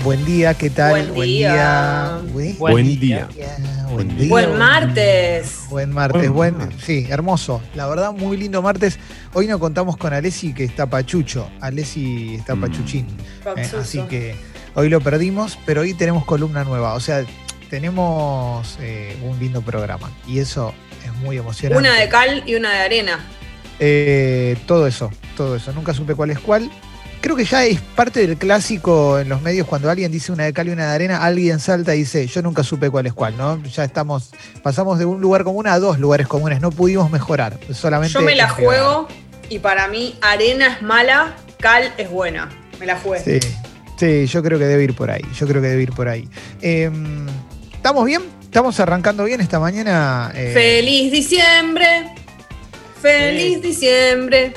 Buen día, ¿qué tal? Buen día. Buen día. Buen martes. Buen martes, sí, hermoso. La verdad, muy lindo martes. Hoy no contamos con Alessi, que está pachucho. Alessi está pachuchín. Así que hoy lo perdimos, pero hoy tenemos columna nueva. O sea, tenemos un lindo programa. Y eso es muy emocionante. Una de cal y una de arena. Todo eso. Nunca supe cuál es cuál. Creo que ya es parte del clásico en los medios cuando alguien dice una de cal y una de arena, alguien salta y dice, yo nunca supe cuál es cuál, ¿no? Ya pasamos de un lugar común a dos lugares comunes, no pudimos mejorar. Solamente yo me la juego y para mí arena es mala, cal es buena. Me la juego. Sí, yo creo que debe ir por ahí. ¿Estamos bien? ¿Estamos arrancando bien esta mañana? ¡Feliz diciembre! ¡Feliz diciembre!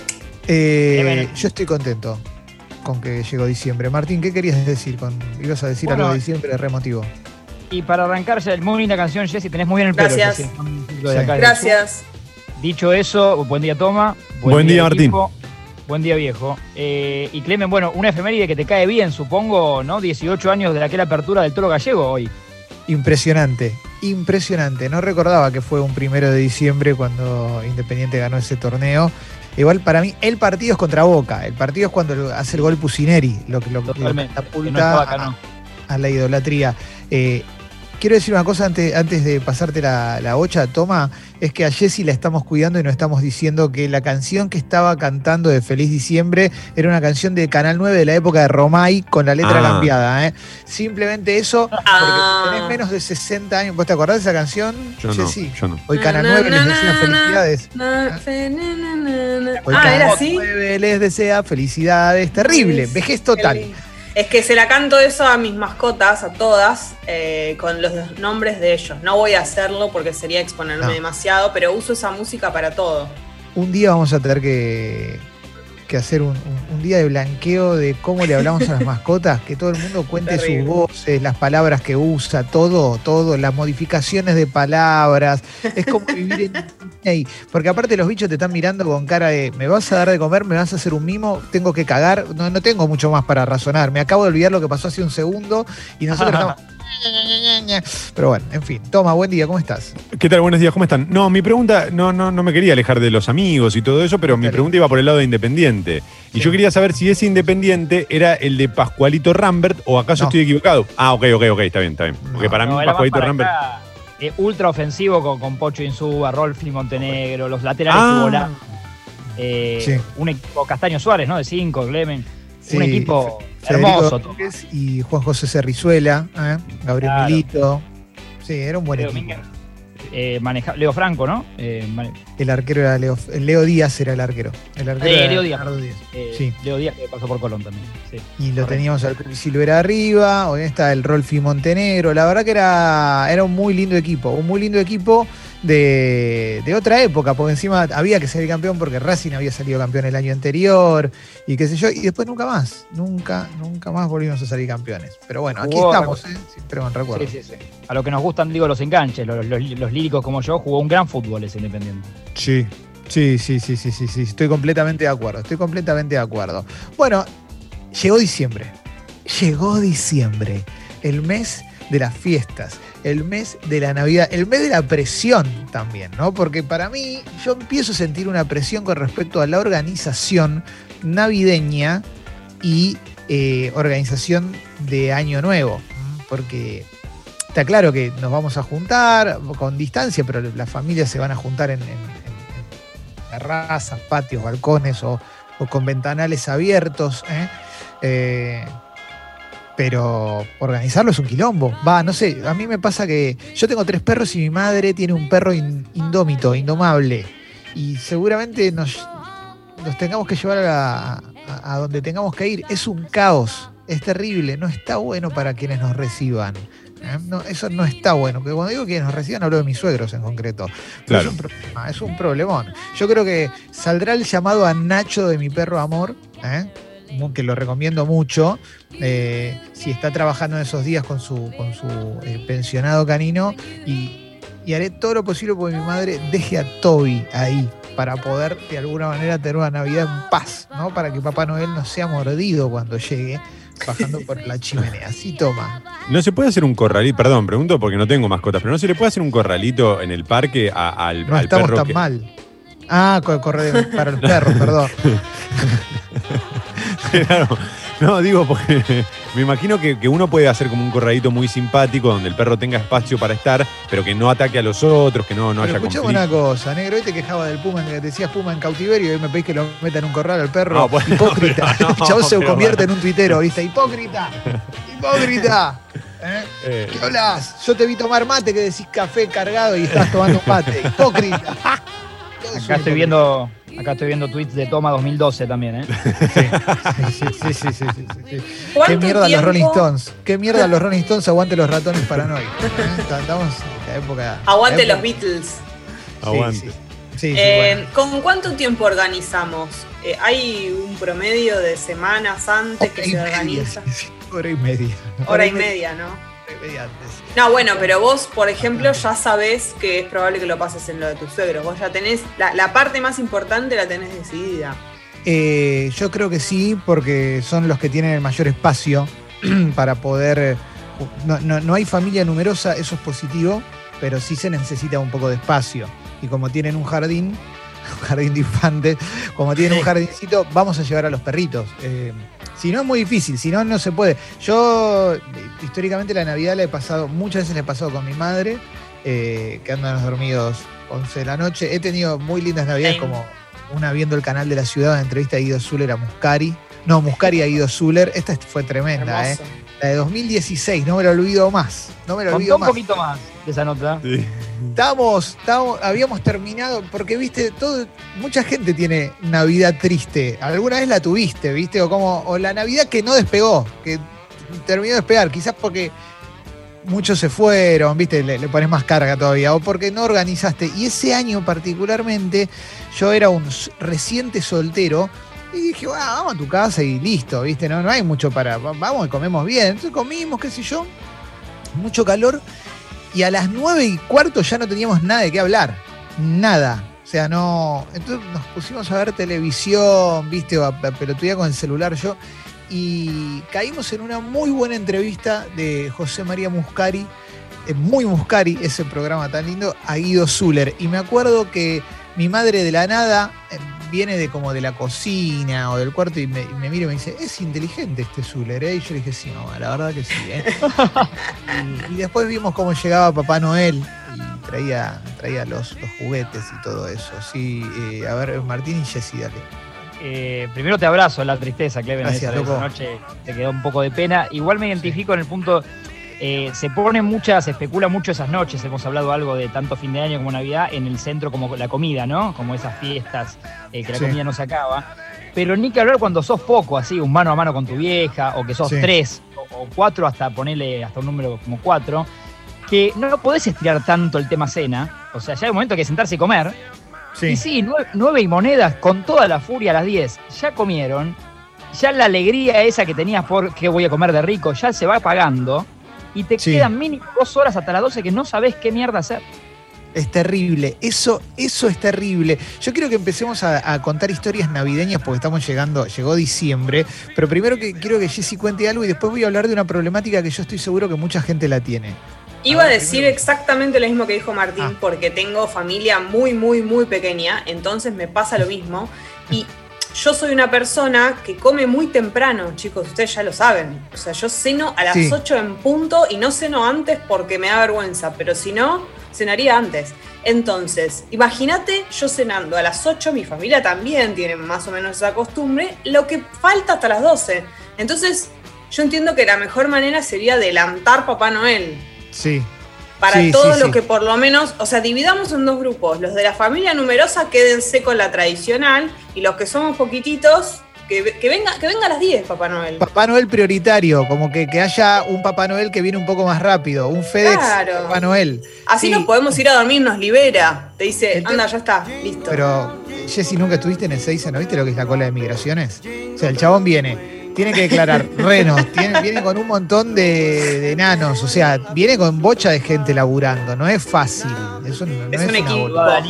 Yo estoy contento con que llegó diciembre. Martín, ¿qué querías decir? Ibas a decir algo de diciembre remotivo. Y para arrancarse, muy linda canción, Jessy, tenés muy bien el pelo. Gracias. Gracias. Dicho eso, buen día, Toma. Buen día, Martín. Buen día, viejo. Y Clemen, bueno, una efeméride que te cae bien, supongo, ¿no? 18 años de aquella apertura del Toro Gallego hoy. Impresionante. No recordaba que fue un 1 de diciembre cuando Independiente ganó ese torneo. Igual para mí el partido es contra Boca. El partido es cuando hace el gol Pusineri, lo que catapulta a la idolatría. Quiero decir una cosa antes de pasarte la bocha, Toma, es que a Jessy la estamos cuidando y nos estamos diciendo que la canción que estaba cantando de Feliz Diciembre era una canción de Canal 9 de la época de Romay con la letra cambiada. Simplemente eso, porque tenés menos de 60 años. ¿Vos te acordás de esa canción, Jessy? Yo no. Hoy Canal 9 les desea felicidades. Hoy Canal 9 les desea felicidades. Terrible, vejez total. Es que se la canto eso a mis mascotas, a todas, con los nombres de ellos. No voy a hacerlo porque sería exponerme demasiado, pero uso esa música para todo. Un día vamos a tener que hacer un día de blanqueo de cómo le hablamos a las mascotas, que todo el mundo cuente sus voces, las palabras que usa, todo, las modificaciones de palabras. Es como vivir en Disney, porque aparte los bichos te están mirando con cara de ¿me vas a dar de comer? ¿Me vas a hacer un mimo? ¿Tengo que cagar? No tengo mucho más para razonar. Me acabo de olvidar lo que pasó hace un segundo y nosotros estamos... Pero bueno, en fin. Toma, buen día, ¿cómo estás? ¿Qué tal? Buenos días, ¿cómo están? No, mi pregunta, no me quería alejar de los amigos y todo eso, pero mi pregunta iba por el lado de Independiente. Y yo quería saber si ese Independiente era el de Pascualito Rambert o acaso estoy equivocado. Ok, está bien. Porque para mí Pascualito Rambert... ultra ofensivo con Pocho Insúa, Rolfi Montenegro, los laterales volantes. Un equipo Castaño Suárez, ¿no? De 5, Clemen. Un equipo hermoso. Y Juan José Cerrizuela, Gabriel Milito. Sí, era un buen equipo. Leo Franco, ¿no? El arquero era Leo Díaz era el arquero. Leo Díaz. Leo Díaz que pasó por Colón también. Sí, y lo teníamos al Cruz Silvera arriba, hoy está el Rolfi Montenegro. La verdad que era un muy lindo equipo, de otra época, porque encima había que salir campeón porque Racing había salido campeón el año anterior y qué sé yo, y después nunca más volvimos a salir campeones. Pero bueno, aquí estamos, siempre con recuerdo. Sí. A lo que nos gustan, digo, los enganches, los líricos como yo, jugó un gran fútbol ese Independiente. Sí, estoy completamente de acuerdo. Bueno, llegó diciembre, el mes de las fiestas, el mes de la Navidad, el mes de la presión también, ¿no? Porque para mí, yo empiezo a sentir una presión con respecto a la organización navideña y organización de Año Nuevo, porque está claro que nos vamos a juntar con distancia, pero las familias se van a juntar en terrazas, patios, balcones o con ventanales abiertos, pero organizarlo es un quilombo. No sé, a mí me pasa que yo tengo 3 perros y mi madre tiene un perro indomable. Y seguramente nos tengamos que llevar a donde tengamos que ir. Es un caos, es terrible, no está bueno para quienes nos reciban. No, eso no está bueno. Que cuando digo quienes nos reciban hablo de mis suegros en concreto. Pero claro. Es un problemón. Yo creo que saldrá el llamado a Nacho de mi perro Amor, que lo recomiendo mucho, si está trabajando en esos días con su pensionado canino, y haré todo lo posible porque mi madre deje a Toby ahí para poder de alguna manera tener una Navidad en paz, ¿no? Para que Papá Noel no sea mordido cuando llegue, bajando por la chimenea. Así toma. ¿No se puede hacer un corralito? Perdón, pregunto porque no tengo mascotas, pero ¿no se le puede hacer un corralito en el parque al No estamos perro tan mal. Ah, correr para los perros, perdón. Claro. No, digo, porque me imagino que uno puede hacer como un corralito muy simpático donde el perro tenga espacio para estar, pero que no ataque a los otros, que no haya conflicto. Escuchame una cosa, negro, hoy te quejaba del puma, que te decías puma en cautiverio y hoy me pedís que lo meta en un corral al perro. No, bueno, hipócrita. no, El chavo se convierte bueno. en un tuitero, ¿viste? Hipócrita. Hipócrita. ¿Qué hablas? Yo te vi tomar mate que decís café cargado y estás tomando mate. Hipócrita. Acá estoy viendo tweets de Toma 2012 también, ¿eh? Sí. Qué mierda los Rolling Stones. Qué mierda los Rolling Stones, aguante los ratones paranoicos. Estamos en la época. Aguante los Beatles. Aguante. Sí, bueno. ¿Con cuánto tiempo organizamos? ¿Hay un promedio de semanas antes que se organiza? Hora y media. Hora y media, ¿no? No, bueno, pero vos, por ejemplo, ya sabés que es probable que lo pases en lo de tus suegros. Vos ya tenés, la parte más importante la tenés decidida. Yo creo que sí, porque son los que tienen el mayor espacio para poder... No hay familia numerosa, eso es positivo, pero sí se necesita un poco de espacio. Y como tienen un jardín de infantes, como tienen un jardincito, vamos a llevar a los perritos. Si no es muy difícil, si no, no se puede. Yo, históricamente, la Navidad muchas veces la he pasado con mi madre, quedándonos dormidos 11 de la noche. He tenido muy lindas Navidades, como una viendo el canal de la ciudad, una entrevista de Guido Zuller a Muscari. No, Muscari a Guido Zuller. Esta fue tremenda, Hermoso. La de 2016, no me lo olvido más. Contá un poquito más de esa nota. Sí. Habíamos terminado, porque viste, mucha gente tiene Navidad triste. Alguna vez la tuviste, viste, o la Navidad que no despegó, que terminó de despegar, quizás porque muchos se fueron, viste, le pones más carga todavía, o porque no organizaste. Y ese año particularmente, yo era un reciente soltero. Y dije, vamos a tu casa y listo, ¿viste? No hay mucho vamos y comemos bien. Entonces comimos, qué sé yo, mucho calor. Y a las 9:15 ya no teníamos nada de qué hablar. Nada. O sea, no... Entonces nos pusimos a ver televisión, ¿viste? O a pelotudear con el celular yo. Y caímos en una muy buena entrevista de José María Muscari, muy Muscari, ese programa tan lindo, a Guido Zuller. Y me acuerdo que mi madre de la nada... viene de la cocina o del cuarto y me mira y me dice, es inteligente este Zuller, ¿eh? Y yo le dije, sí, mamá, la verdad que sí, ¿eh? y después vimos cómo llegaba Papá Noel y traía los juguetes y todo eso. Sí, a ver, Martín y Jessy, dale. Primero te abrazo en la tristeza, Clemen. Gracias, esa noche te quedó un poco de pena. Igual me identifico en el punto... se especula mucho esas noches, hemos hablado algo de tanto fin de año como Navidad, en el centro como la comida, ¿no? Como esas fiestas que la comida no se acaba. Pero ni que hablar cuando sos poco, así, un mano a mano con tu vieja, o que sos 3 o 4, hasta ponerle hasta un número como 4, que no podés estirar tanto el tema cena, o sea, ya hay un momento que sentarse y comer. Sí. Y sí, 9 y monedas con toda la furia a las 10, ya comieron, ya la alegría esa que tenías por qué voy a comer de rico, ya se va apagando. Y te quedan mínimo 2 horas hasta las 12 que no sabés qué mierda hacer. Es terrible, eso es terrible. Yo quiero que empecemos a contar historias navideñas porque llegó diciembre, pero primero quiero que Jessy cuente algo y después voy a hablar de una problemática que yo estoy seguro que mucha gente la tiene. Iba a decir exactamente lo mismo que dijo Martín, porque tengo familia muy, muy, muy pequeña, entonces me pasa lo mismo. Y yo soy una persona que come muy temprano, chicos, ustedes ya lo saben. O sea, yo ceno a las 8 en punto y no ceno antes porque me da vergüenza, pero si no, cenaría antes. Entonces, imagínate yo cenando a las 8, mi familia también tiene más o menos esa costumbre, lo que falta hasta las 12. Entonces, yo entiendo que la mejor manera sería adelantar Papá Noel. Sí. Para todos los que por lo menos, o sea, dividamos en 2 grupos. Los de la familia numerosa, quédense con la tradicional, y los que somos poquititos, que venga a las 10, Papá Noel. Papá Noel prioritario, como que haya un Papá Noel que viene un poco más rápido, un FedEx Papá Noel. Así nos podemos ir a dormir, nos libera. Te dice, anda, ya está, listo. Pero, Jessy, ¿nunca estuviste en el Ezeiza? ¿No viste lo que es la cola de migraciones? O sea, el chabón tiene que declarar renos, viene con un montón de enanos, o sea, viene con bocha de gente laburando, no es fácil. Eso no es un equipo.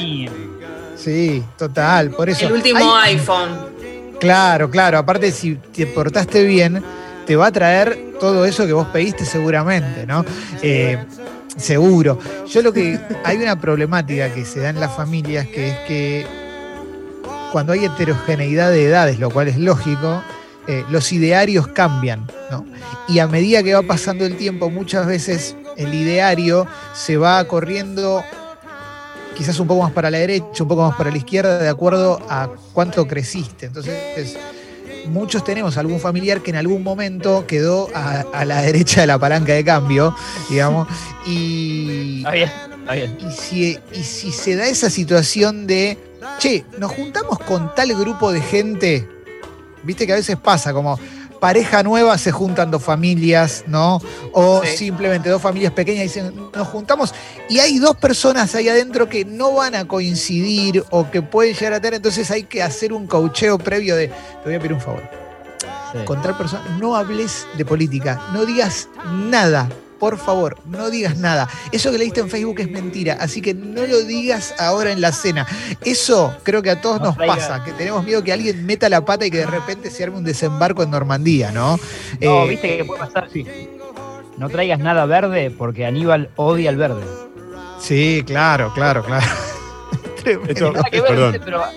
Sí, total, por eso. El último iPhone. Claro, aparte si te portaste bien, te va a traer todo eso que vos pediste seguramente, ¿no? Seguro. Hay una problemática que se da en las familias, que es que cuando hay heterogeneidad de edades, lo cual es lógico, los idearios cambian, ¿no? Y a medida que va pasando el tiempo, muchas veces el ideario se va corriendo quizás un poco más para la derecha, un poco más para la izquierda, de acuerdo a cuánto creciste. Entonces, muchos tenemos algún familiar que en algún momento quedó a la derecha de la palanca de cambio, digamos, y, Está bien. y si se da esa situación de, che, nos juntamos con tal grupo de gente, viste que a veces pasa como pareja nueva, se juntan dos familias, ¿no? O simplemente dos familias pequeñas y dicen, nos juntamos y hay dos personas ahí adentro que no van a coincidir o que pueden llegar a tener, entonces hay que hacer un caucheo previo de, te voy a pedir un favor. Sí. Con tal persona, no hables de política, no digas nada. Por favor, no digas nada. Eso que leíste en Facebook es mentira, así que no lo digas ahora en la cena. Eso creo que a todos nos pasa, que tenemos miedo que alguien meta la pata y que de repente se arme un desembarco en Normandía, ¿no? No, viste que puede pasar. Sí. No traigas nada verde porque Aníbal odia el verde. Sí, claro. Esto, Nada que ver, perdón. ¿viste? Pero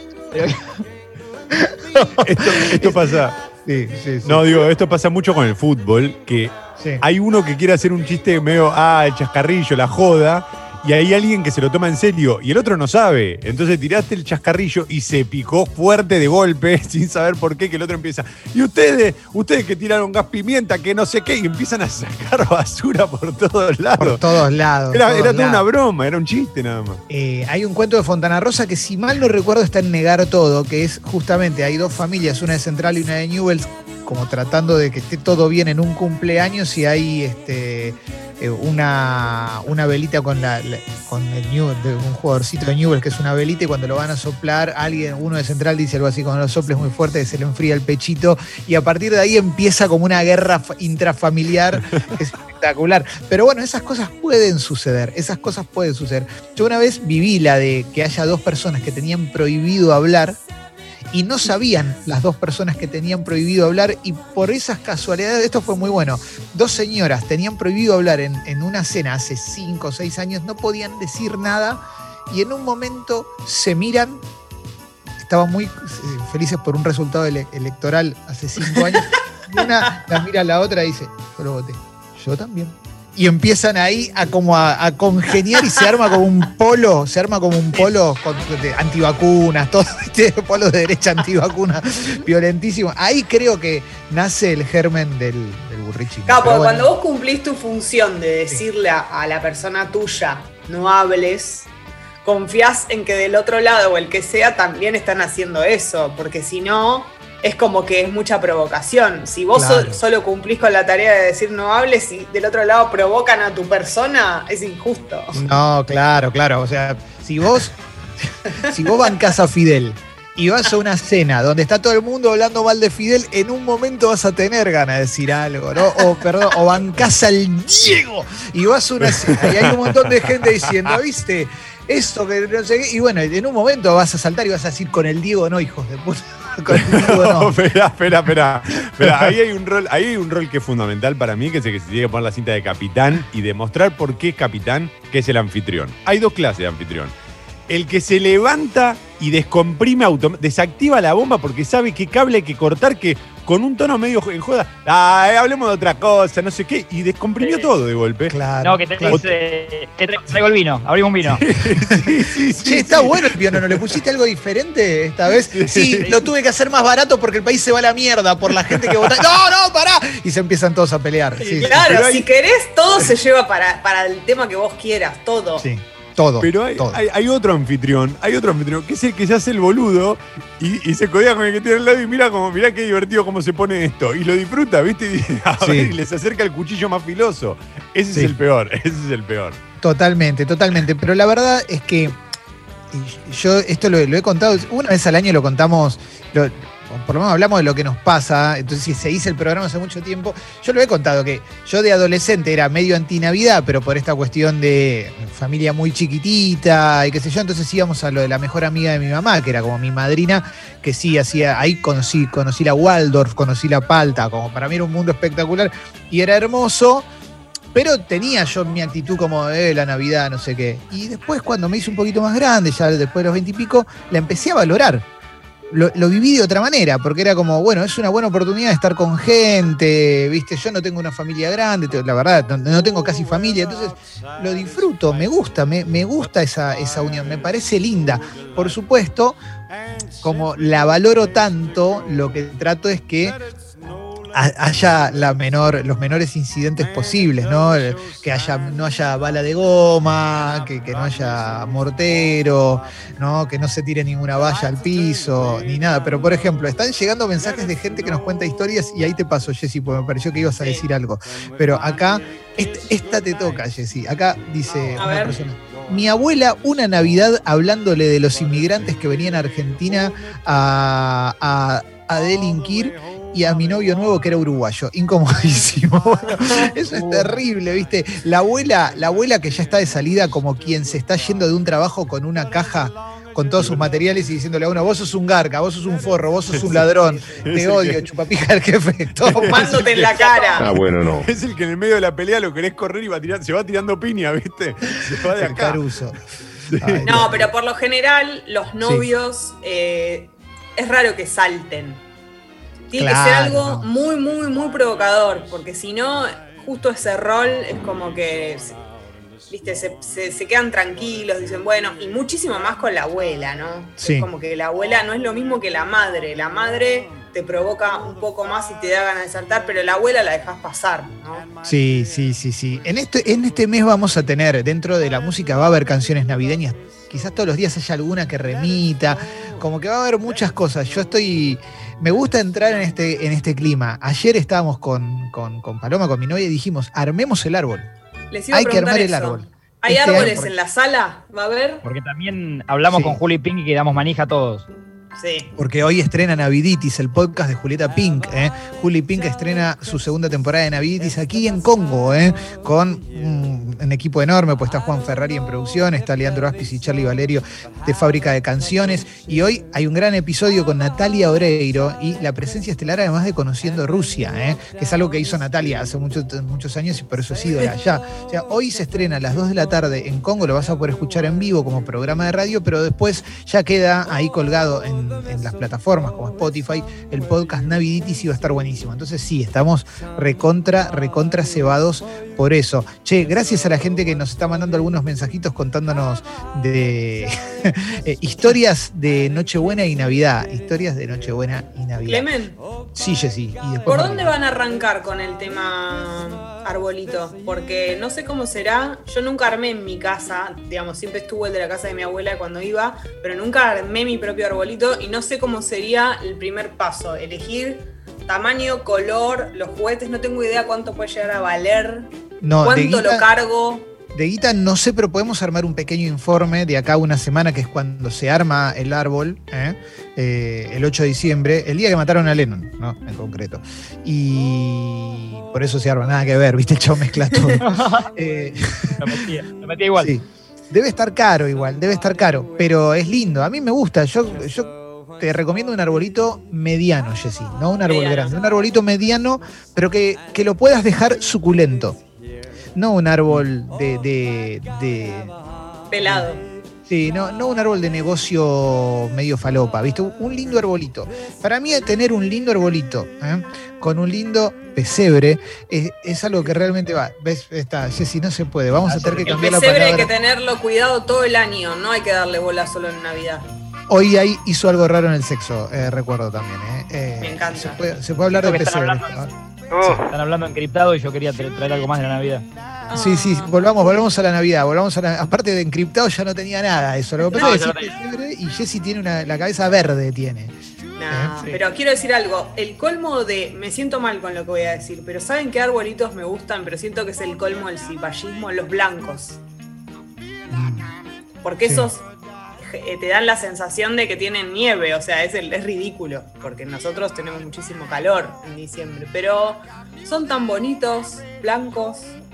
Esto pasa. Sí. No, digo, esto pasa mucho con el fútbol, que Sí. hay uno que quiere hacer un chiste medio, el chascarrillo, la joda, y hay alguien que se lo toma en serio, y el otro no sabe. Entonces tiraste el chascarrillo y se picó fuerte de golpe, sin saber por qué, que el otro empieza, y ustedes que tiraron gas pimienta, que no sé qué, y empiezan a sacar basura por todos lados. Por todos lados. Era toda una broma, era un chiste nada más. Hay un cuento de Fontana Rosa que, si mal no recuerdo, está en Negar Todo, que es justamente, hay dos familias, una de Central y una de Newell's, como tratando de que esté todo bien en un cumpleaños, y hay una velita con el Newell's, de un jugadorcito de Newell's, que es una velita, y cuando lo van a soplar, uno de Central dice algo así, cuando lo soples muy fuerte, que se le enfría el pechito, y a partir de ahí empieza como una guerra intrafamiliar. Es espectacular. Pero bueno, esas cosas pueden suceder. Yo una vez viví la de que haya dos personas que tenían prohibido hablar y no sabían las dos personas que tenían prohibido hablar, y por esas casualidades, esto fue muy bueno, dos señoras tenían prohibido hablar en una cena hace 5 o 6 años, no podían decir nada, y en un momento se miran, estaban muy felices por un resultado electoral hace 5 años, y una la mira a la otra y dice, yo lo voté, yo también. Y empiezan ahí a congeniar, y se arma como un polo de antivacunas, todo este polo de derecha antivacunas, violentísimo. Ahí creo que nace el germen del burrichín. Claro, porque cuando vos cumplís tu función de decirle a la persona tuya, no hables, confías en que del otro lado o el que sea también están haciendo eso, porque si no, es como que es mucha provocación. Si vos solo cumplís con la tarea de decir no hables y del otro lado provocan a tu persona, es injusto. No, claro. O sea, si vos bancás a Fidel y vas a una cena donde está todo el mundo hablando mal de Fidel, en un momento vas a tener ganas de decir algo, ¿no? O bancás al Diego y vas a una cena y hay un montón de gente diciendo, ¿viste? Esto que no sé qué. Y bueno, en un momento vas a saltar y vas a decir, con el Diego no, hijos de puta. Con el Diego no. Espera. Ahí hay un rol que es fundamental para mí, que es el que se tiene que poner la cinta de capitán y demostrar por qué es capitán, que es el anfitrión. Hay dos clases de anfitrión. El que se levanta y descomprime, desactiva la bomba porque sabe qué cable hay que cortar, que con un tono medio en joda, hablemos de otra cosa, no sé qué, y descomprimió todo de golpe. Claro. No, que te traigo el vino, abrimos un vino. Sí, che, está bueno el piano, ¿no le pusiste algo diferente esta vez? Sí, lo tuve que hacer más barato porque el país se va a la mierda por la gente que vota. No, pará. Y se empiezan todos a pelear. Sí, claro, si querés, todo se lleva para el tema que vos quieras, todo. Sí. Todo. Pero hay otro anfitrión, que es el que se hace el boludo y se codea con el que tiene al lado y mirá qué divertido cómo se pone esto. Y lo disfruta, ¿viste? Y les acerca el cuchillo más filoso. Ese es el peor. Totalmente. Pero la verdad es que yo esto lo he contado, una vez al año lo contamos, por lo menos hablamos de lo que nos pasa, entonces si se hizo el programa hace mucho tiempo, yo lo he contado que yo de adolescente era medio anti-Navidad, pero por esta cuestión de familia muy chiquitita y qué sé yo, entonces íbamos a lo de la mejor amiga de mi mamá, que era como mi madrina, que sí hacía, ahí conocí la Waldorf, conocí la Palta, como para mí era un mundo espectacular y era hermoso. Pero tenía yo mi actitud como de la Navidad, no sé qué. Y después cuando me hice un poquito más grande, ya después de los 20 y pico, la empecé a valorar. Lo viví de otra manera, porque era como, bueno, es una buena oportunidad de estar con gente, ¿viste? Yo no tengo una familia grande, la verdad, no tengo casi familia, entonces lo disfruto, me gusta esa unión, me parece linda. Por supuesto, como la valoro tanto, lo que trato es que haya los menores incidentes posibles, ¿no? Que no haya bala de goma, que no haya mortero, ¿no? Que no se tire ninguna valla al piso, ni nada. Pero, por ejemplo, están llegando mensajes de gente que nos cuenta historias y ahí te paso, Jessy, porque me pareció que ibas a decir algo. Pero acá, esta te toca, Jessy. Acá dice una persona. Mi abuela, una Navidad, hablándole de los inmigrantes que venían a Argentina a delinquir, y a mi novio nuevo que era uruguayo, incomodísimo. Bueno, eso es terrible, ¿viste? La abuela que ya está de salida como quien se está yendo de un trabajo con una caja con todos sus materiales y diciéndole a uno, vos sos un garca, vos sos un forro, vos sos un ladrón, te odio, chupapija del jefe, tomándote en la cara. Ah, bueno, no. Es el que en el medio de la pelea lo querés correr y se va tirando piña, ¿viste? Se va de acá. Caruso. Ay, no, pero por lo general los novios es raro que salten. Tiene que ser algo muy, muy, muy provocador, porque si no, justo ese rol es como que, viste, se quedan tranquilos, dicen, bueno, y muchísimo más con la abuela, ¿no? Sí. Es como que la abuela no es lo mismo que la madre te provoca un poco más y te da ganas de saltar, pero la abuela la dejas pasar, ¿no? Sí. En este mes vamos a tener, dentro de la música va a haber canciones navideñas, quizás todos los días haya alguna que remita, como que va a haber muchas cosas. Me gusta entrar en este clima. Ayer estábamos con Paloma, con mi novia, y dijimos, armemos el árbol. Hay que armar el árbol. ¿Hay árboles en la sala? ¿Va a haber? Porque también hablamos con Juli Pink y que damos manija a todos. Sí. Porque hoy estrena Naviditis, el podcast de Julieta Pink. Juli Pink estrena su segunda temporada de Naviditis aquí en Congo, con un equipo enorme, pues está Juan Ferrari en producción, está Leandro Aspis y Charlie Valerio de Fábrica de Canciones. Y hoy hay un gran episodio con Natalia Oreiro y la presencia estelar, además de Conociendo Rusia, que es algo que hizo Natalia hace muchos años y por eso es ídola allá. O sea, hoy se estrena a las 2 de la tarde en Congo, lo vas a poder escuchar en vivo como programa de radio, pero después ya queda ahí colgado en las plataformas como Spotify, el podcast Naviditis, iba a estar buenísimo. Entonces sí, estamos recontra cebados por eso. Che, gracias a la gente que nos está mandando algunos mensajitos contándonos de historias de Nochebuena y Navidad. Historias de Nochebuena y Navidad. Clemen. Sí, Jessy. ¿Por dónde van a arrancar con el tema arbolito? Porque no sé cómo será. Yo nunca armé en mi casa, digamos, siempre estuve el de la casa de mi abuela cuando iba, pero nunca armé mi propio arbolito y no sé cómo sería el primer paso. Elegir tamaño, color, los juguetes, no tengo idea cuánto puede llegar a valer, cuánto lo cargo. De guita no sé, pero podemos armar un pequeño informe de acá a una semana, que es cuando se arma el árbol, el 8 de diciembre, el día que mataron a Lennon, ¿no? En concreto. Y por eso se arma, nada que ver, ¿viste? El chavo mezcla todo. Lo metía igual. Sí. Debe estar caro igual, pero es lindo. A mí me gusta, yo te recomiendo un arbolito mediano, Jessy, no un árbol grande, un arbolito mediano, pero que lo puedas dejar suculento. No un árbol de pelado. Sí, no un árbol de negocio medio falopa, ¿viste? Un lindo arbolito. Para mí tener un lindo arbolito, con un lindo pesebre, es algo que realmente va. ¿Ves? Jessy, no se puede. Vamos a tener que cambiar la palabra. El pesebre hay que tenerlo cuidado todo el año, no hay que darle bola solo en Navidad. Hoy ahí hizo algo raro en el sexo, recuerdo también. Me encanta. Se puede hablar de pesebre. Están hablando encriptado y yo quería traer algo más de la Navidad. Sí, volvamos a la Navidad. Aparte de encriptado ya no tenía nada eso. Lo que pasa es que pesebre y Jessy tiene la cabeza verde, tiene. No, pero quiero decir algo. El colmo me siento mal con lo que voy a decir, pero ¿saben qué arbolitos me gustan? Pero siento que es el colmo del cipallismo, los blancos. Porque esos te dan la sensación de que tienen nieve, o sea, es ridículo, porque nosotros tenemos muchísimo calor en diciembre, pero son tan bonitos, blancos.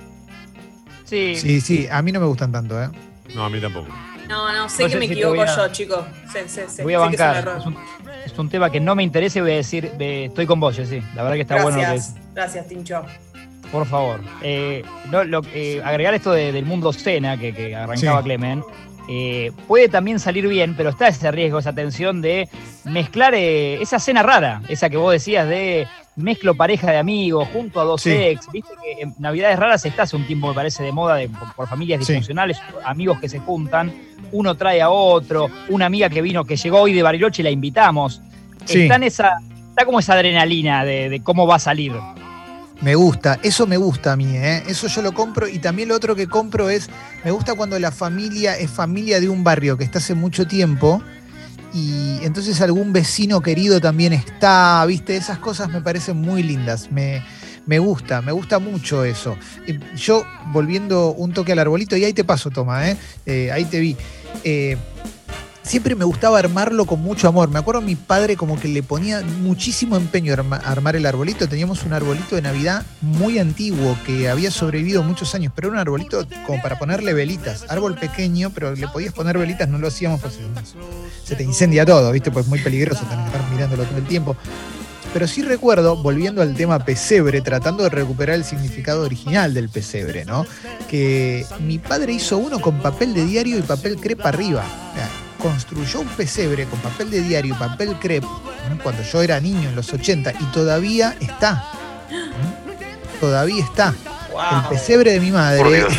Sí, a mí no me gustan tanto, ¿eh? No, a mí tampoco. No, sé que me equivoco yo, chicos. Voy a bancar. Es un tema que no me interesa y voy a decir, estoy con vos, sí. La verdad que está bueno. Gracias, Tincho. Por favor. Agregar esto del mundo cena que arrancaba Clemen. Puede también salir bien, pero está ese riesgo, esa tensión de mezclar esa cena rara, esa que vos decías de mezclo pareja de amigos junto a dos ex. Viste que en Navidades Raras está hace un tiempo, me parece, de moda por familias disfuncionales, amigos que se juntan, uno trae a otro, una amiga que llegó hoy de Bariloche y la invitamos. Está como esa adrenalina de cómo va a salir. Me gusta, eso me gusta a mí, ¿eh? Eso yo lo compro. Y también lo otro que compro me gusta cuando la familia es familia de un barrio que está hace mucho tiempo y entonces algún vecino querido también está, ¿viste? Esas cosas me parecen muy lindas, me gusta mucho eso. Yo, volviendo un toque al arbolito, y ahí te paso, Toma, ahí te vi. Siempre me gustaba armarlo con mucho amor. Me acuerdo mi padre como que le ponía muchísimo empeño a armar el arbolito. Teníamos un arbolito de Navidad muy antiguo que había sobrevivido muchos años, pero era un arbolito como para ponerle velitas. Árbol pequeño, pero le podías poner velitas, no lo hacíamos porque se te incendia todo, ¿viste? Pues es muy peligroso tener que estar mirándolo todo el tiempo. Pero sí recuerdo, volviendo al tema pesebre, tratando de recuperar el significado original del pesebre, ¿no? Que mi padre hizo uno con papel de diario y papel crepe arriba. O sea, construyó un pesebre con papel de diario y papel crepe, ¿no? Cuando yo era niño en los 80 y todavía está. Todavía está. Wow. El pesebre de mi madre.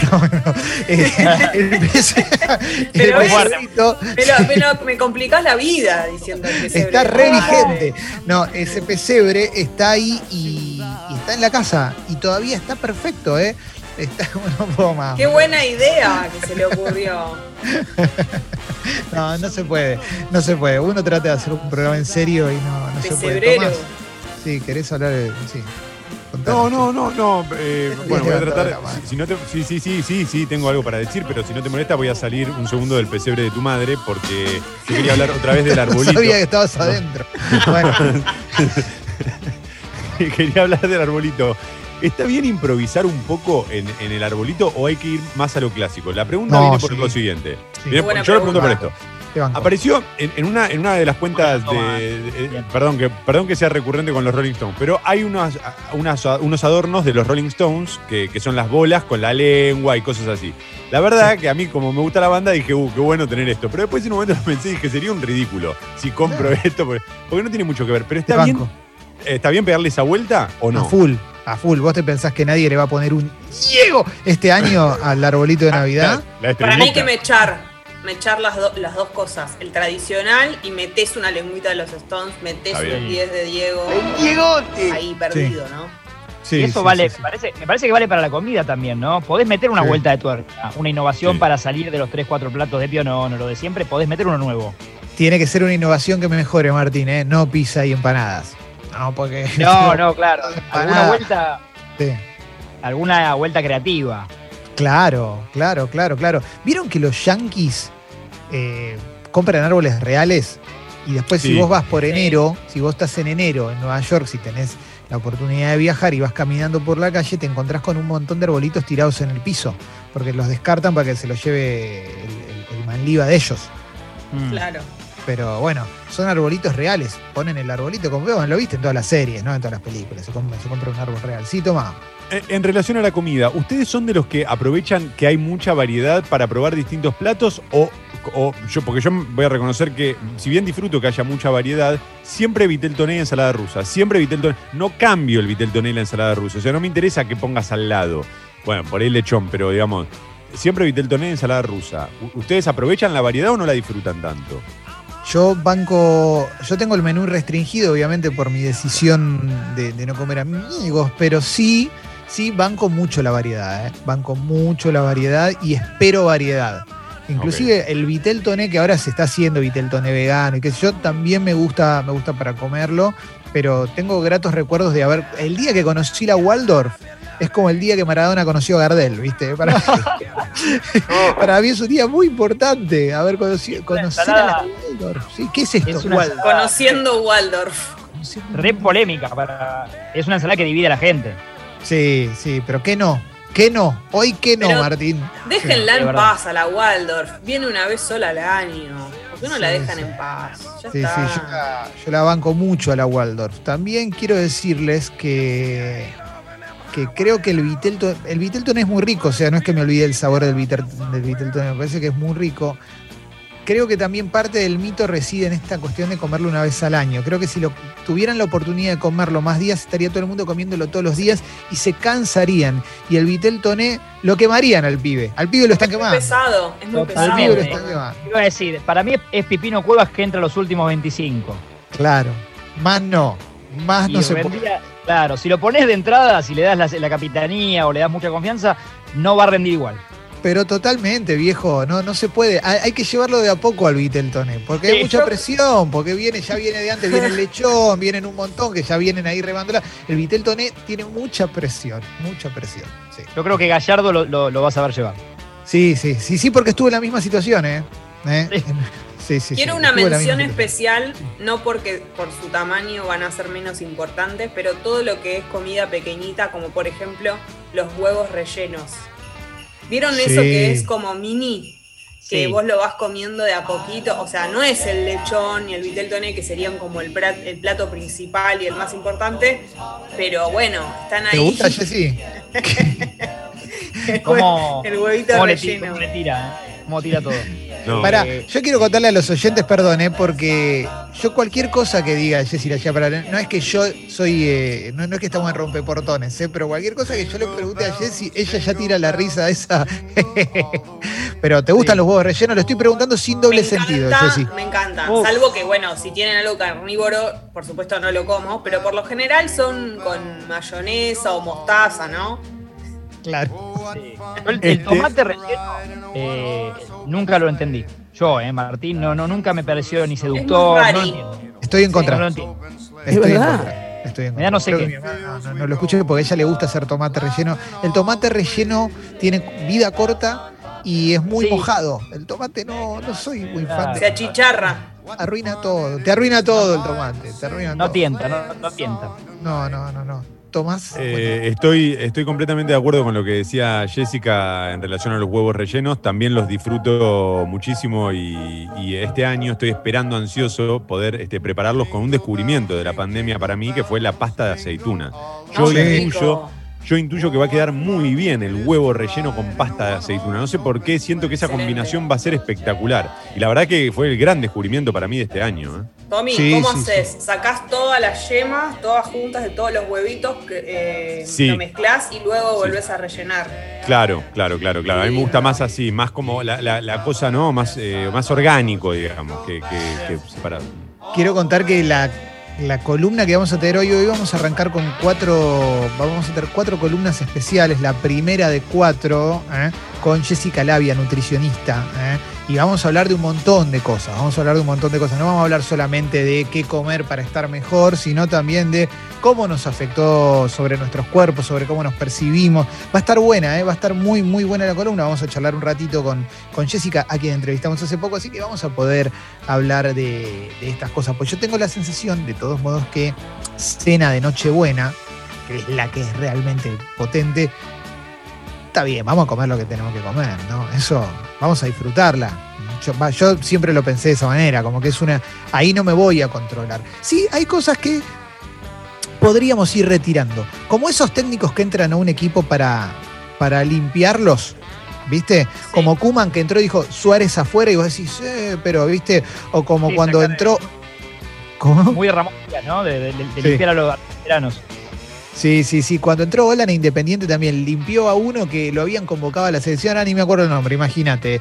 El pesebrito. Pero me complicás la vida diciendo el pesebre. Está re vigente. No, ese pesebre está ahí y está en la casa. Y todavía está perfecto, ¿eh? Está no puedo más. Qué buena idea que se le ocurrió. No se puede. Uno trata de hacer un programa en serio y no se puede. Tomás, sí, ¿querés hablar de...? Sí. No. Bueno, voy a tratar. Sí, tengo algo para decir, pero si no te molesta, voy a salir un segundo del pesebre de tu madre porque yo quería hablar otra vez del arbolito. No sabía que estabas adentro. Bueno. Quería hablar del arbolito. ¿Está bien improvisar un poco en el arbolito o hay que ir más a lo clásico? La pregunta viene por lo siguiente. Sí. Yo le pregunto por esto. Apareció en una de las cuentas perdón que sea recurrente con los Rolling Stones, pero hay unos adornos de los Rolling Stones que son las bolas con la lengua y cosas así. La verdad que a mí, como me gusta la banda, dije, qué bueno tener esto. Pero después en un momento lo pensé y dije, sería un ridículo si compro esto, porque no tiene mucho que ver. Pero ¿está bien pegarle esa vuelta o no? A full. ¿Vos te pensás que nadie le va a poner un ciego este año al arbolito de Navidad? Para mí hay que mechar las dos cosas. El tradicional y metés una lengüita de los Stones, metés un 10 de Diego. ¡El Diegote! Ahí perdido, ¿no? Sí, y eso vale. Me parece que vale para la comida también, ¿no? Podés meter una vuelta de tuerca, una innovación para salir de los 3-4 platos de pionono, lo de siempre, podés meter uno nuevo. Tiene que ser una innovación que me mejore, Martín, ¿eh? No pizza y empanadas. No, porque... No, claro. Alguna vuelta creativa. Claro. ¿Vieron que los yanquis compran árboles reales? Y después si vos vas por enero, si vos estás en enero en Nueva York, si tenés la oportunidad de viajar y vas caminando por la calle, te encontrás con un montón de arbolitos tirados en el piso, porque los descartan para que se los lleve el manliva de ellos. Claro. Pero bueno, son arbolitos reales. Ponen el arbolito, como lo viste en todas las series, ¿no? En todas las películas. Se compra un árbol real. Sí, Toma. En relación a la comida, ¿ustedes son de los que aprovechan que hay mucha variedad para probar distintos platos? Porque yo voy a reconocer que, si bien disfruto que haya mucha variedad, siempre vitel toné y ensalada rusa. No cambio el vitel toné y la ensalada rusa. O sea, no me interesa que pongas al lado. Bueno, por ahí lechón, pero digamos, siempre vitel toné y ensalada rusa. ¿Ustedes aprovechan la variedad o no la disfrutan tanto? Yo tengo el menú restringido, obviamente, por mi decisión de no comer amigos, pero sí banco mucho la variedad, banco mucho la variedad y espero variedad. Inclusive el vitel toné, que ahora se está haciendo vitel toné vegano y qué sé yo, también me gusta para comerlo, pero tengo gratos recuerdos de el día que conocí la Waldorf, es como el día que Maradona conoció a Gardel, ¿viste? Para mí es un día muy importante haber conocer a la Waldorf. ¿Sí? ¿Qué es esto? Es una ensalada Conociendo Waldorf. re polémica. Es una ensalada que divide a la gente. Sí, pero ¿qué no? ¿Qué no? Hoy ¿qué no, Pero Martín? Déjenla Sí, en de paz a la Waldorf. Viene una vez sola al año. ¿Por qué no la dejan en paz? Ya Sí, está. yo la banco mucho a la Waldorf. También quiero decirles que creo que el Viteltoné es muy rico, o sea, no es que me olvide el sabor del Viteltoné, me parece que es muy rico. Creo que también parte del mito reside en esta cuestión de comerlo una vez al año. Creo que si tuvieran la oportunidad de comerlo más días, estaría todo el mundo comiéndolo todos los días y se cansarían. Y el Viteltoné lo quemarían al pibe. Al pibe lo están quemando. Es muy Al pesado. pibe lo Totalmente. están quemando. Iba a decir, para mí es Pipino Cuevas que entra a los últimos 25. Claro. Más no Y se puede. rendía, claro, si lo pones de entrada, si le das la capitanía o le das mucha confianza, no va a rendir igual. Pero totalmente, viejo, no se puede. Hay que llevarlo de a poco al Viteltoné, porque hay Sí, mucha presión, porque ya viene de antes, viene el lechón, vienen un montón que ya vienen ahí remándola. El Viteltoné tiene mucha presión, sí. Yo creo que Gallardo lo va a saber llevar. Sí, porque estuvo en la misma situación, ¿eh? Sí. Quiero una estuvo en la mención misma especial, no porque por su tamaño van a ser menos importantes, pero todo lo que es comida pequeñita, como por ejemplo los huevos rellenos. ¿Vieron eso que es como mini? Que Sí. vos lo vas comiendo de a poquito. O sea, no es el lechón y el Viteltoné, que serían como el plato principal y el más importante. Pero bueno, están ahí. ¿Te gusta, Jessy? ¿Cómo, el huevito cómo relleno. le tira? ¿Cómo tira todo? No. Pará, yo quiero contarle a los oyentes, perdón, porque yo cualquier cosa que diga Jessy Lachapra, no es que yo soy, no es que estamos en rompeportones, pero cualquier cosa que yo le pregunte a Jessy, ella ya tira la risa esa. Pero ¿te gustan los huevos rellenos? Lo estoy preguntando sin doble sentido, Jessy. Me encanta. Uf. Salvo que, bueno, si tienen algo carnívoro, por supuesto no lo como, pero por lo general son con mayonesa o mostaza, ¿no? Claro. Sí. El tomate relleno nunca lo entendí. Yo, Martín, nunca me pareció ni seductor. Es muy No lo rari. entiendo. Estoy en No contra. lo entiendo. Estoy en verdad. contra. Estoy en Me da no sé Creo qué. que mi mamá no lo escuché porque a ella le gusta hacer tomate relleno. El tomate relleno tiene vida corta y es muy Sí. mojado. El tomate no soy muy fan Se de. achicharra. Arruina todo. Te arruina todo el tomate. Te arruina No todo. tienta, no tienta. No. Tomás. Estoy completamente de acuerdo con lo que decía Jessica en relación a los huevos rellenos. También los disfruto muchísimo y este año estoy esperando ansioso poder prepararlos con un descubrimiento de la pandemia para mí, que fue la pasta de aceituna. Yo qué intuyo que va a quedar muy bien el huevo relleno con pasta de aceituna. No sé por qué, siento que esa Excelente. combinación va a ser espectacular. Y la verdad que fue el gran descubrimiento para mí de este año. Tommy, Sí, ¿cómo sí, haces? Sacás todas las yemas, todas juntas de todos los huevitos, Sí. lo mezclás y luego Sí. volvés a rellenar. Claro. A mí me gusta más así, más como la cosa, ¿no? Más orgánico, digamos, que separado. Quiero contar que la columna que vamos a tener hoy vamos a arrancar con vamos a tener 4 columnas especiales. La primera de 4, con Jessica Labia, nutricionista. Y vamos a hablar de un montón de cosas. No vamos a hablar solamente de qué comer para estar mejor, sino también de cómo nos afectó sobre nuestros cuerpos, sobre cómo nos percibimos. Va a estar buena, va a estar muy, muy buena la columna. Vamos a charlar un ratito con Jessica, a quien entrevistamos hace poco, así que vamos a poder hablar de estas cosas. Pues yo tengo la sensación, de todos modos, que cena de Nochebuena, que es la que es realmente potente, está bien, vamos a comer lo que tenemos que comer, ¿no? Eso, vamos a disfrutarla. Yo siempre lo pensé de esa manera, como que es ahí no me voy a controlar. Sí, hay cosas que podríamos ir retirando, como esos técnicos que entran a un equipo para limpiarlos, ¿viste? Sí. Como Koeman, que entró y dijo Suárez afuera, y vos decís, pero, ¿viste? O como cuando entró... ¿Cómo? Muy de Ramón Díaz, ¿no? De limpiar a los veteranos. Sí. Cuando entró Olan a Independiente también limpió a uno que lo habían convocado a la selección, ni me acuerdo el nombre, imagínate.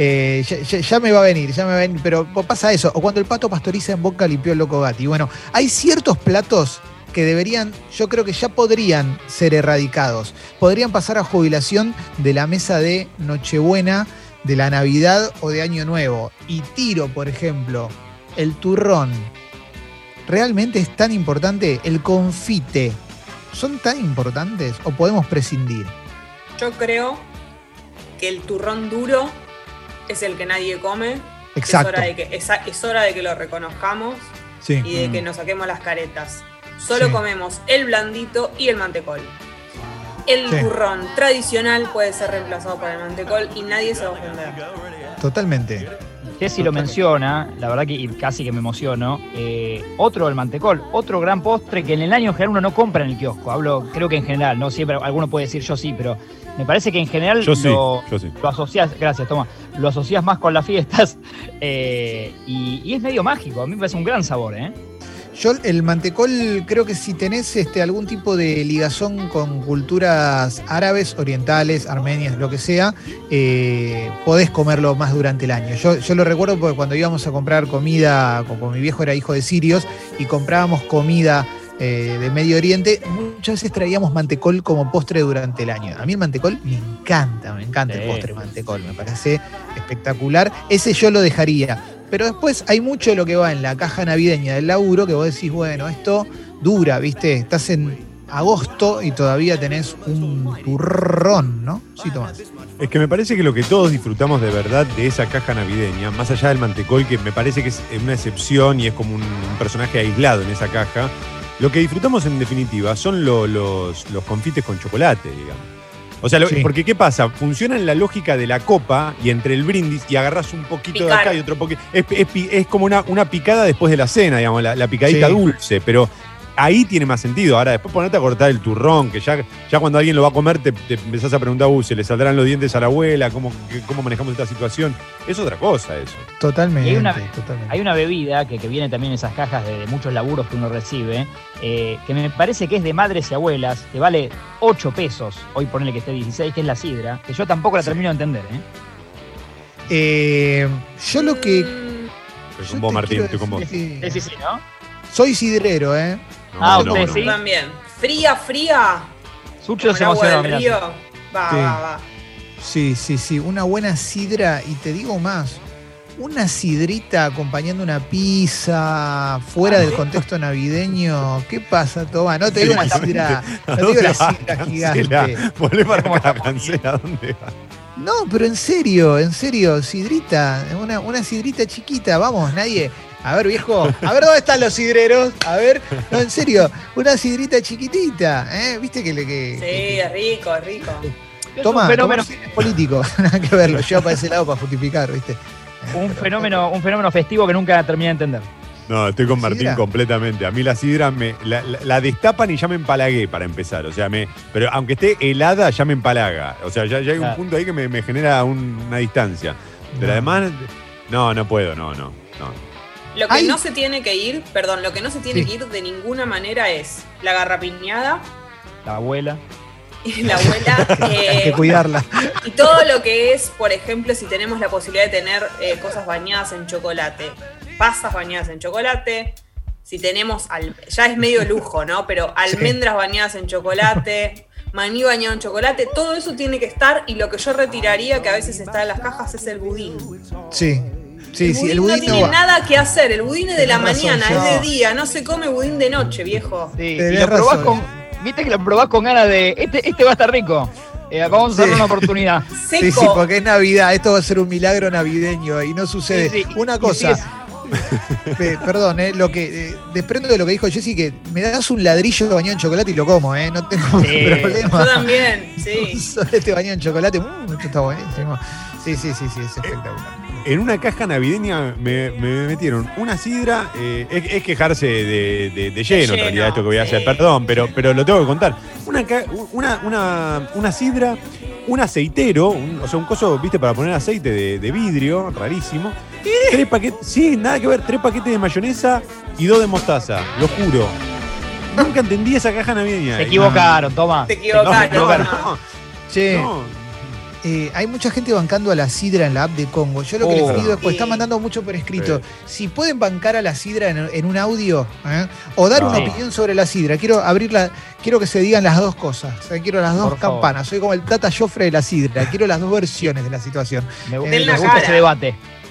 Ya me va a venir, pero pasa eso. O cuando el Pato Pastoriza en Boca limpió el Loco Gatti. Bueno, hay ciertos platos que yo creo que ya podrían ser erradicados. Podrían pasar a jubilación de la mesa de Nochebuena, de la Navidad o de Año Nuevo. Y tiro, por ejemplo, el turrón. ¿Realmente es tan importante? El confite. ¿Son tan importantes o podemos prescindir? Yo creo que el turrón duro es el que nadie come. Exacto. Es hora de que lo reconozcamos Sí. y de que nos saquemos las caretas. Solo comemos el blandito y el mantecol. El turrón tradicional puede ser reemplazado por el mantecol y nadie se va a ofender. Totalmente. Jessy lo menciona, la verdad que casi que me emociono. Otro, el mantecol, otro gran postre que en el año en general uno no compra en el kiosco. Hablo, creo que en general, no siempre, alguno puede decir yo sí, pero me parece que en general Yo sí. lo asocias, gracias, toma, lo asocias más con las fiestas y es medio mágico. A mí me parece un gran sabor, ¿eh? Yo el mantecol creo que si tenés algún tipo de ligazón con culturas árabes, orientales, armenias, lo que sea, podés comerlo más durante el año. Yo lo recuerdo porque cuando íbamos a comprar comida, como mi viejo era hijo de sirios, y comprábamos comida de Medio Oriente, muchas veces traíamos mantecol como postre durante el año. A mí el mantecol me encanta el postre mantecol, me parece espectacular. Ese yo lo dejaría. Pero después hay mucho de lo que va en la caja navideña del laburo que vos decís, bueno, esto dura, ¿viste? Estás en agosto y todavía tenés un turrón, ¿no? Sí, Tomás. Es que me parece que lo que todos disfrutamos de verdad de esa caja navideña, más allá del mantecol, que me parece que es una excepción y es como un personaje aislado en esa caja, lo que disfrutamos en definitiva son los confites con chocolate, digamos. O sea, porque ¿qué pasa? Funciona en la lógica de la copa y entre el brindis y agarrás un poquito de acá y otro poquito. Es como una picada después de la cena, digamos, la picadita dulce, pero ahí tiene más sentido. Ahora, después ponerte a cortar el turrón, que ya cuando alguien lo va a comer te empezás a preguntar, ¿se le saldrán los dientes a la abuela? ¿Cómo manejamos esta situación? Es otra cosa eso. Totalmente. Hay una bebida que viene también en esas cajas de muchos laburos que uno recibe, que me parece que es de madres y abuelas, que vale 8 pesos, hoy ponele que esté 16, que es la sidra, que yo tampoco la termino de entender. Yo lo que... Estoy con vos, Martín, estoy con vos. Sí, ¿no? Soy sidrero, ¿eh? ¿Usted sí? También. Fría. Sucho se emocionó, mirá. Va. Sí. Una buena sidra, y te digo más, una sidrita acompañando una pizza fuera del contexto navideño. ¿Qué pasa, Tomás? No te digo una sidra, no te digo la sidra gigante. Volvé para acá, Cancela, ¿dónde vas? No, pero en serio, sidrita, una sidrita chiquita, vamos, nadie. A ver, viejo, a ver dónde están los sidreros. A ver, no, en serio, una sidrita chiquitita, ¿eh? ¿Viste que Sí, es rico. Toma, es político, nada que verlo, lleva para ese lado para justificar, ¿viste? Un fenómeno festivo que nunca terminé de entender. No, estoy con Martín completamente. A mí la sidra la destapan y ya me empalagué para empezar. O sea, pero aunque esté helada, ya me empalaga. O sea, ya hay un punto ahí que me genera una distancia. Pero además, no puedo, no. Lo que no se tiene que ir de ninguna manera es la garrapiñada. La abuela. Hay que cuidarla. Y todo lo que es, por ejemplo, si tenemos la posibilidad de tener cosas bañadas en chocolate, pasas bañadas en chocolate, si tenemos, ya es medio lujo, ¿no? Pero almendras bañadas en chocolate, maní bañado en chocolate, todo eso tiene que estar, y lo que yo retiraría, que a veces está en las cajas, es el budín. Sí, el budín no tiene nada que hacer, el budín es de la mañana, es de día, no se come budín de noche, viejo. Sí, y lo probás viste que lo probás con ganas de, este va a estar rico. Vamos a darle una oportunidad. Sí, porque es Navidad, esto va a ser un milagro navideño y no sucede. Sí. Una cosa, perdón, lo que desprendo de lo que dijo Jessy, que me das un ladrillo bañado en chocolate y lo como, no tengo problema. Yo también, sí. Este bañado en chocolate, esto está buenísimo. Sí, es espectacular. En una caja navideña me metieron una sidra, es quejarse de lleno en realidad esto que voy a hacer, perdón, pero lo tengo que contar. Una sidra, un aceitero, un coso, viste, para poner aceite de vidrio, rarísimo. 3 paquetes, nada que ver, 3 paquetes de mayonesa y 2 de mostaza, lo juro. Nunca entendí esa caja navideña. Te equivocaron, toma. Te equivocaron. Che. Hay mucha gente bancando a la sidra en la app de Congo. Yo lo que les pido es, pues están mandando mucho por escrito. Si pueden bancar a la sidra en un audio, o dar una opinión sobre la sidra. Quiero abrirla, quiero que se digan las dos cosas. O sea, quiero las dos campanas. Soy como el Tata Joffre de la sidra. Quiero las dos versiones de la situación. Me gusta ese debate.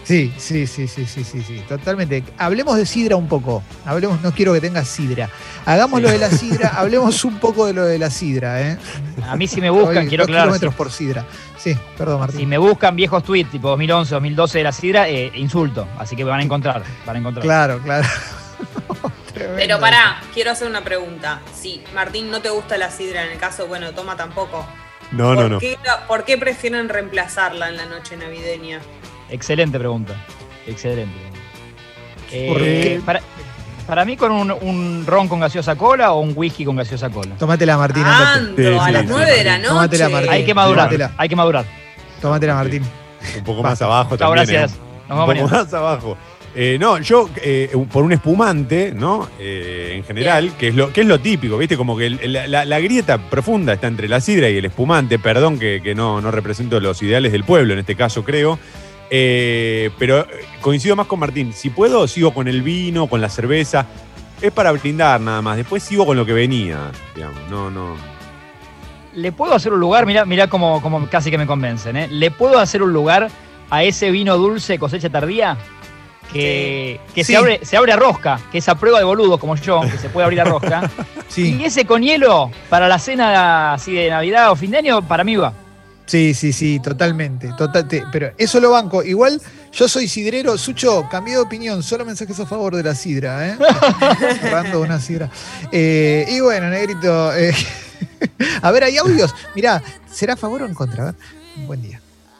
Sí, totalmente. Hablemos de sidra un poco. No quiero que tengas sidra. Hagamos lo de la sidra, hablemos un poco de lo de la sidra, ¿eh? A mí si me buscan, Hoy, quiero 2 aclarar. kilómetros por sidra. Sí, perdón, Martín. Si me buscan viejos tweets, tipo 2011, 2012 de la sidra, insulto. Así que me van a encontrar. Claro. Pero pará, quiero hacer una pregunta. Si Martín no te gusta la sidra, en el caso, bueno, Toma tampoco. No. ¿Por qué prefieren reemplazarla en la noche navideña? Excelente pregunta. Excelente. ¿Por qué? Para mí con un ron con gaseosa cola o un whisky con gaseosa cola. Tómatela, Martín. Andate. Ando, a las 9 de la noche. Tómatela, Martín. Hay que madurar. Tómatela, Martín. Un poco más abajo Chao, también. gracias. Nos vemos Un poco mañana. más abajo. No, yo por un espumante, ¿no? En general, que es lo típico, ¿viste? Como que la grieta profunda está entre la sidra y el espumante. Perdón que no represento los ideales del pueblo, en este caso creo. Pero coincido más con Martín. Si puedo, sigo con el vino, con la cerveza. Es para brindar nada más. Después sigo con lo que venía, digamos. No. ¿Le puedo hacer un lugar? Mirá como casi que me convencen, ¿eh? ¿Le puedo hacer un lugar a ese vino dulce cosecha tardía? Que Sí. se abre a rosca, que es a prueba de boludos como yo, que se puede abrir a rosca. Sí. Y ese con hielo, para la cena así de Navidad o fin de año, para mí va. Sí, totalmente. Pero eso lo banco. Igual yo soy sidrero. Sucho, cambié de opinión. Solo mensajes a favor de la sidra, ¿eh? Cerrando una sidra. Y bueno, negrito. A ver, hay audios. Mirá, ¿será a favor o en contra? A ver. Buen día.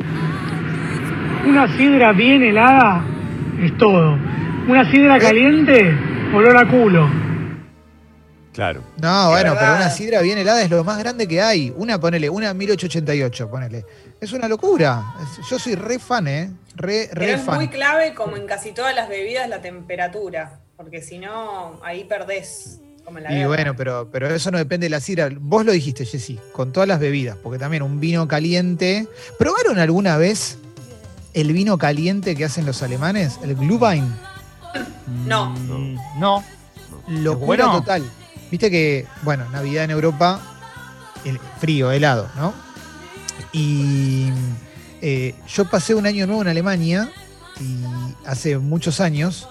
Una sidra bien helada es todo. Una sidra caliente, olor a culo. Claro. No, bueno, verdad. pero una sidra bien helada es lo más grande que hay. Una 1888, ponele. Es una locura. Yo soy re fan, ¿eh? Re Pero es fan. muy clave, como en casi todas las bebidas, la temperatura. Porque si no, ahí perdés. Como en la Y guerra. bueno, pero eso no depende de la sidra. Vos lo dijiste, Jessy, con todas las bebidas, porque también un vino caliente. ¿Probaron alguna vez el vino caliente que hacen los alemanes? El Glühwein. No. No. Locura bueno? total. Viste que, bueno, Navidad en Europa, frío, helado, ¿no? Y yo pasé un año nuevo en Alemania y hace muchos años,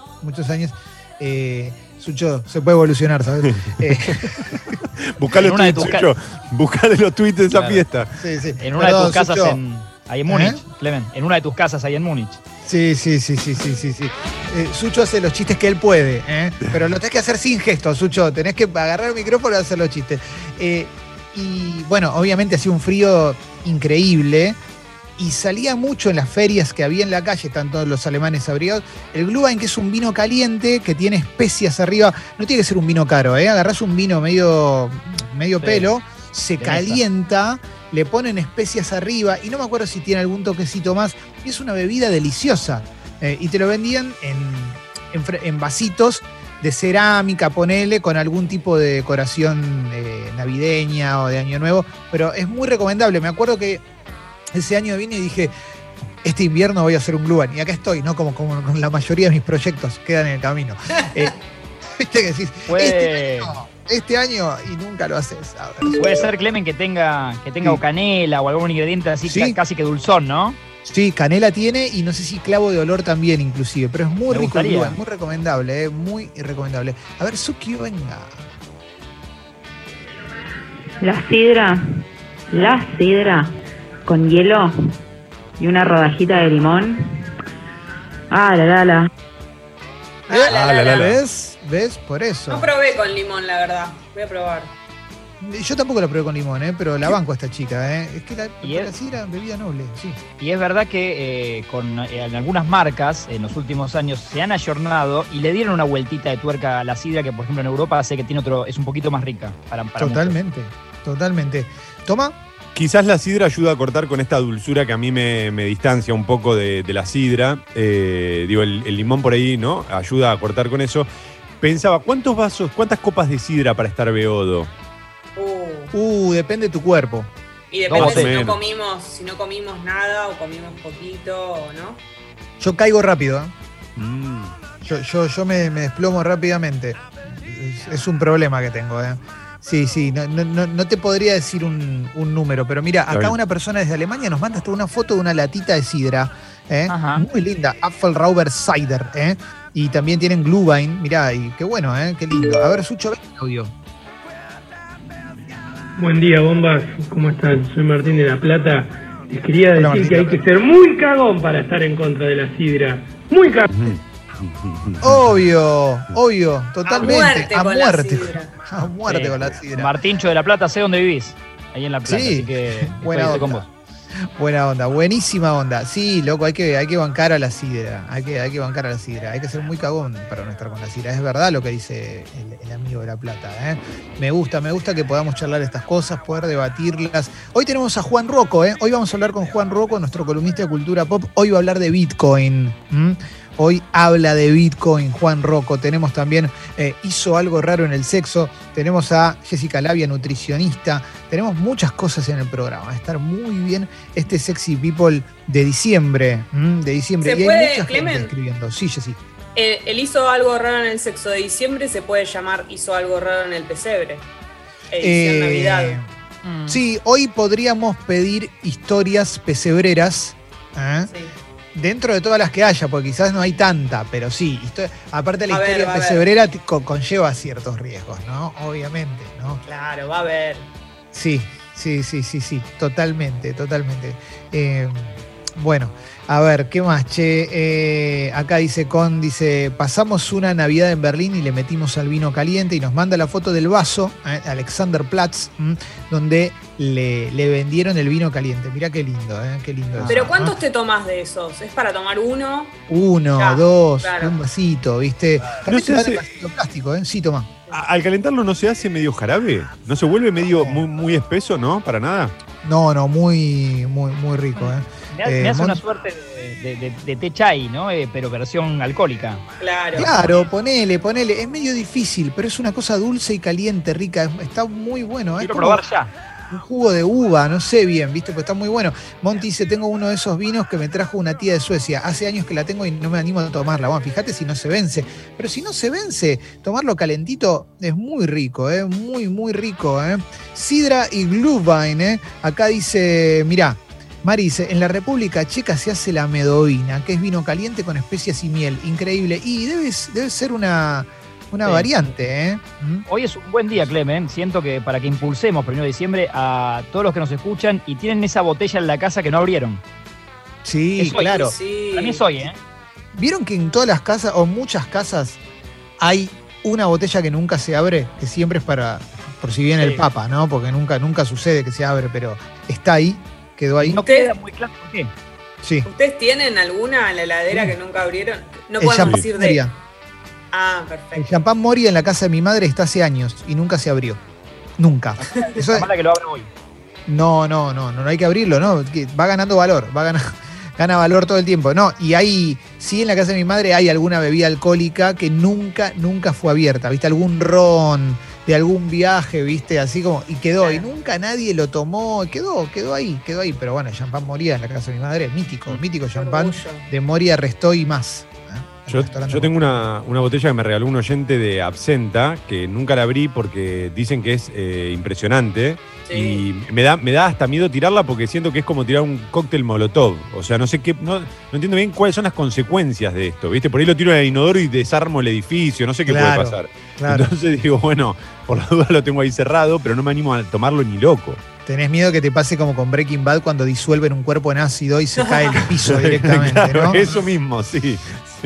Sucho, se puede evolucionar, ¿sabes? Buscá En los una de tweets, tus Sucho. Buscale los tweets de esa Claro. fiesta. Sí. En una de tus casas Sucho. ahí en Múnich, ¿Eh? Clemen. En una de tus casas ahí en Múnich. Sí. Sucho hace los chistes que él puede, ¿eh? Pero lo tenés que hacer sin gestos, Sucho. Tenés que agarrar el micrófono y hacer los chistes. Y bueno, obviamente hacía un frío increíble y salía mucho en las ferias que había en la calle, están todos los alemanes abrigados. El Glühwein, que es un vino caliente que tiene especias arriba. No tiene que ser un vino caro, ¿eh? Agarrás un vino medio pelo, se de calienta, le ponen especias arriba y no me acuerdo si tiene algún toquecito más. Y es una bebida deliciosa. Y te lo vendían en vasitos de cerámica, ponele, con algún tipo de decoración navideña o de Año Nuevo. Pero es muy recomendable. Me acuerdo que ese año vine y dije, este invierno voy a hacer un Glühwein. Y acá estoy, ¿no? Como con la mayoría de mis proyectos quedan en el camino. Viste que decís, este año y nunca lo haces. A ver, Puede ser, Clemen, que tenga o canela o algún ingrediente así Sí. casi que dulzón, ¿no? Sí, canela tiene y no sé si clavo de olor también inclusive, pero es muy Me rico el gustaría. Glühwein, muy recomendable, muy recomendable. A ver, Suki, venga. La sidra con hielo y una rodajita de limón. La. ¿Ves? Por eso. No probé con limón, la verdad. Voy a probar. Yo tampoco la probé con limón, pero la banco a esta chica, Es que Y la es- sidra, bebida noble, sí. Y es verdad que en algunas marcas en los últimos años se han ayornado y le dieron una vueltita de tuerca a la sidra que, por ejemplo, en Europa hace que tiene es un poquito más rica para Totalmente. Toma. Quizás la sidra ayuda a cortar con esta dulzura que a mí me distancia un poco de la sidra. El limón por ahí, ¿no? Ayuda a cortar con eso. Pensaba, cuántas copas de sidra para estar beodo? Depende de tu cuerpo. Y depende Dos si menos. no comimos nada o comimos poquito o no. Yo caigo rápido, Yo me desplomo rápidamente. Es un problema que tengo, Sí, no te podría decir un número, pero mira, acá bien. una persona desde Alemania nos manda hasta una foto de una latita de sidra Muy linda. Apfelrauber Cider. Y también tienen Glühwein. Mirá, y qué bueno, qué lindo. A ver, Sucho, ven el audio. Buen día, bombas. ¿Cómo están? Soy Martín de La Plata. Les quería Hola, decir Martín. que hay que ser muy cagón para estar en contra de la sidra. Muy cagón. Obvio, totalmente. A muerte con la sidra. A muerte con la sidra. Martincho de La Plata, sé dónde vivís. Ahí en La Plata, Sí, así que buena estoy con onda. vos. Buena onda, buenísima onda. Sí, loco, hay que bancar a la sidra. Hay que bancar a la sidra. Hay que ser muy cagón para no estar con la sidra. Es verdad lo que dice el amigo de La Plata. Me gusta que podamos charlar estas cosas, poder debatirlas. Hoy tenemos a Juan Rocco. Hoy vamos a hablar con Juan Rocco, nuestro columnista de cultura pop. Hoy va a hablar de Bitcoin. Hoy habla de Bitcoin, Juan Rocco. Tenemos también Hizo algo raro en el sexo. Tenemos a Jessica Labia, nutricionista. Tenemos muchas cosas en el programa. Va a estar muy bien este Sexy People de diciembre. ¿Se y hay puede, mucha Clemen? gente escribiendo. Sí, Jessy. El hizo algo raro en el sexo de diciembre se puede llamar hizo algo raro en el pesebre. Edición Navidad. Sí, hoy podríamos pedir historias pesebreras. Sí. Dentro de todas las que haya, porque quizás no hay tanta, pero sí. Aparte la Va a haber, historia va a haber. pesebrera conlleva ciertos riesgos, ¿no? Obviamente, ¿no? Claro, va a haber. Sí, totalmente. Bueno, a ver, ¿qué más, che? Acá dice pasamos una Navidad en Berlín y le metimos al vino caliente y nos manda la foto del vaso, Alexanderplatz, donde le vendieron el vino caliente. Mirá qué lindo, qué lindo. Pero eso, ¿cuántos ¿no? te tomás de esos? ¿Es para tomar uno? Uno, Ya, dos, claro. un vasito, ¿viste? También se te dan hace- el vasito plástico, Sí, toma. Al calentarlo no se hace medio jarabe, no se vuelve medio muy espeso, ¿no? Para nada. No, muy rico, Me hace Mon- una suerte de té chai, ¿no? Pero versión alcohólica. Claro. Claro, ponele. Es medio difícil, pero es una cosa dulce y caliente, rica. Está muy bueno. Quiero Es como probar ya. un jugo de uva, no sé bien, ¿viste? Pero está muy bueno. Monty dice, tengo uno de esos vinos que me trajo una tía de Suecia. Hace años que la tengo y no me animo a tomarla. Bueno, fíjate si no se vence. Pero si no se vence, tomarlo calentito es muy rico, muy rico. Sidra y Glühwein, Acá dice, mirá, Mari dice, en la República Checa se hace la medovina, que es vino caliente con especias y miel. Increíble. Y debe ser una Sí. variante, Hoy es un buen día, Clemen. Siento que para que impulsemos 1 de diciembre a todos los que nos escuchan y tienen esa botella en la casa que no abrieron. Sí, Es hoy, claro. Sí. Para mí es hoy, ¿Vieron que en todas las casas, o muchas casas, hay una botella que nunca se abre, que siempre es por si viene Sí. el Papa, ¿no? Porque nunca sucede que se abre, pero está ahí, quedó ahí. No queda muy claro por qué. Sí. ¿Ustedes tienen alguna en la heladera Sí. que nunca abrieron? No El podemos champán decir de. Moria. Ah, El perfecto. champán Moria en la casa de mi madre está hace años y nunca se abrió. Nunca. Eso Está mala que lo abra hoy. no hay que abrirlo, ¿no? Que va ganando valor, gana valor todo el tiempo. No, y sí en la casa de mi madre hay alguna bebida alcohólica que nunca fue abierta, ¿viste? Algún ron de algún viaje, ¿viste? Así como, y quedó, y nunca nadie lo tomó, quedó ahí. Pero bueno, el champán Moria en la casa de mi madre, mítico champán Orgullo. de Moria Restó y más. El Yo restaurante tengo una botella que me regaló un oyente de absenta, que nunca la abrí porque dicen que es impresionante. Sí. Y me da hasta miedo tirarla porque siento que es como tirar un cóctel molotov. O sea, no sé qué, no entiendo bien cuáles son las consecuencias de esto, ¿viste? Por ahí lo tiro en el inodoro y desarmo el edificio, no sé qué Claro, puede pasar. Claro. Entonces digo, bueno, por la duda lo tengo ahí cerrado, pero no me animo a tomarlo ni loco. Tenés miedo que te pase como con Breaking Bad cuando disuelven un cuerpo en ácido y se cae el piso directamente, Claro, ¿no? eso mismo, sí.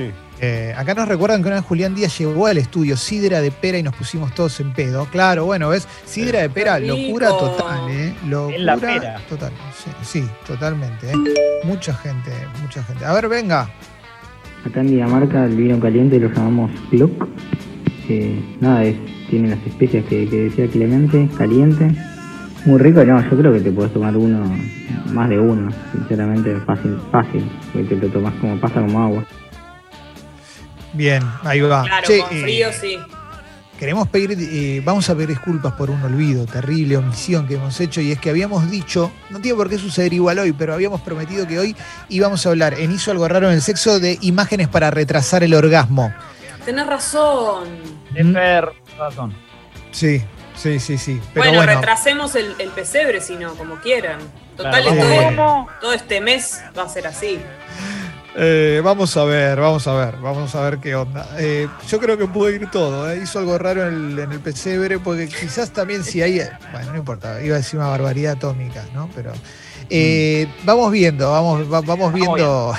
Acá nos recuerdan que una vez Julián Díaz llegó al estudio sidra de pera y nos pusimos todos en pedo. Claro, bueno, ¿ves? Sidra de pera, Qué rico. locura total, Locura En la pera. total. Sí, totalmente, Mucha gente. A ver, venga. Acá en Dinamarca el vino caliente lo llamamos Gluck. Tiene las especias que decía Clemente, caliente. Muy rico, no, yo creo que te puedes tomar uno, más de uno, sinceramente, fácil, porque te lo tomás pasa como agua. Bien, ahí va. Claro, Che, con frío sí. Queremos pedir, vamos a pedir disculpas por un olvido, terrible omisión que hemos hecho, y es que habíamos dicho, no tiene por qué suceder igual hoy, pero habíamos prometido que hoy íbamos a hablar en Hizo algo raro en el sexo de imágenes para retrasar el orgasmo. Tenés razón. Tener razón. Sí. Pero Bueno, retrasemos el pesebre si no, como quieran. Total, Claro, vamos. todo este mes va a ser así. Vamos a ver qué onda. Yo creo que pudo ir todo. Hizo algo raro en el pesebre, porque quizás también si hay. Bueno, no importa, iba a decir una barbaridad atómica, ¿no? Pero vamos viendo, vamos viendo.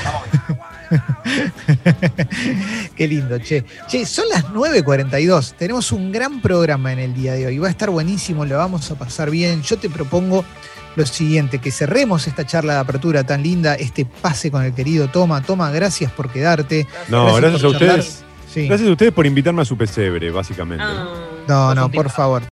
Qué lindo, che. Che, son las 9:42. Tenemos un gran programa en el día de hoy. Va a estar buenísimo, lo vamos a pasar bien. Yo te propongo lo siguiente, que cerremos esta charla de apertura tan linda, este pase con el querido Toma. Toma, gracias por quedarte. No, gracias a ustedes. Sí. Gracias a ustedes por invitarme a su pesebre, básicamente. No, por favor.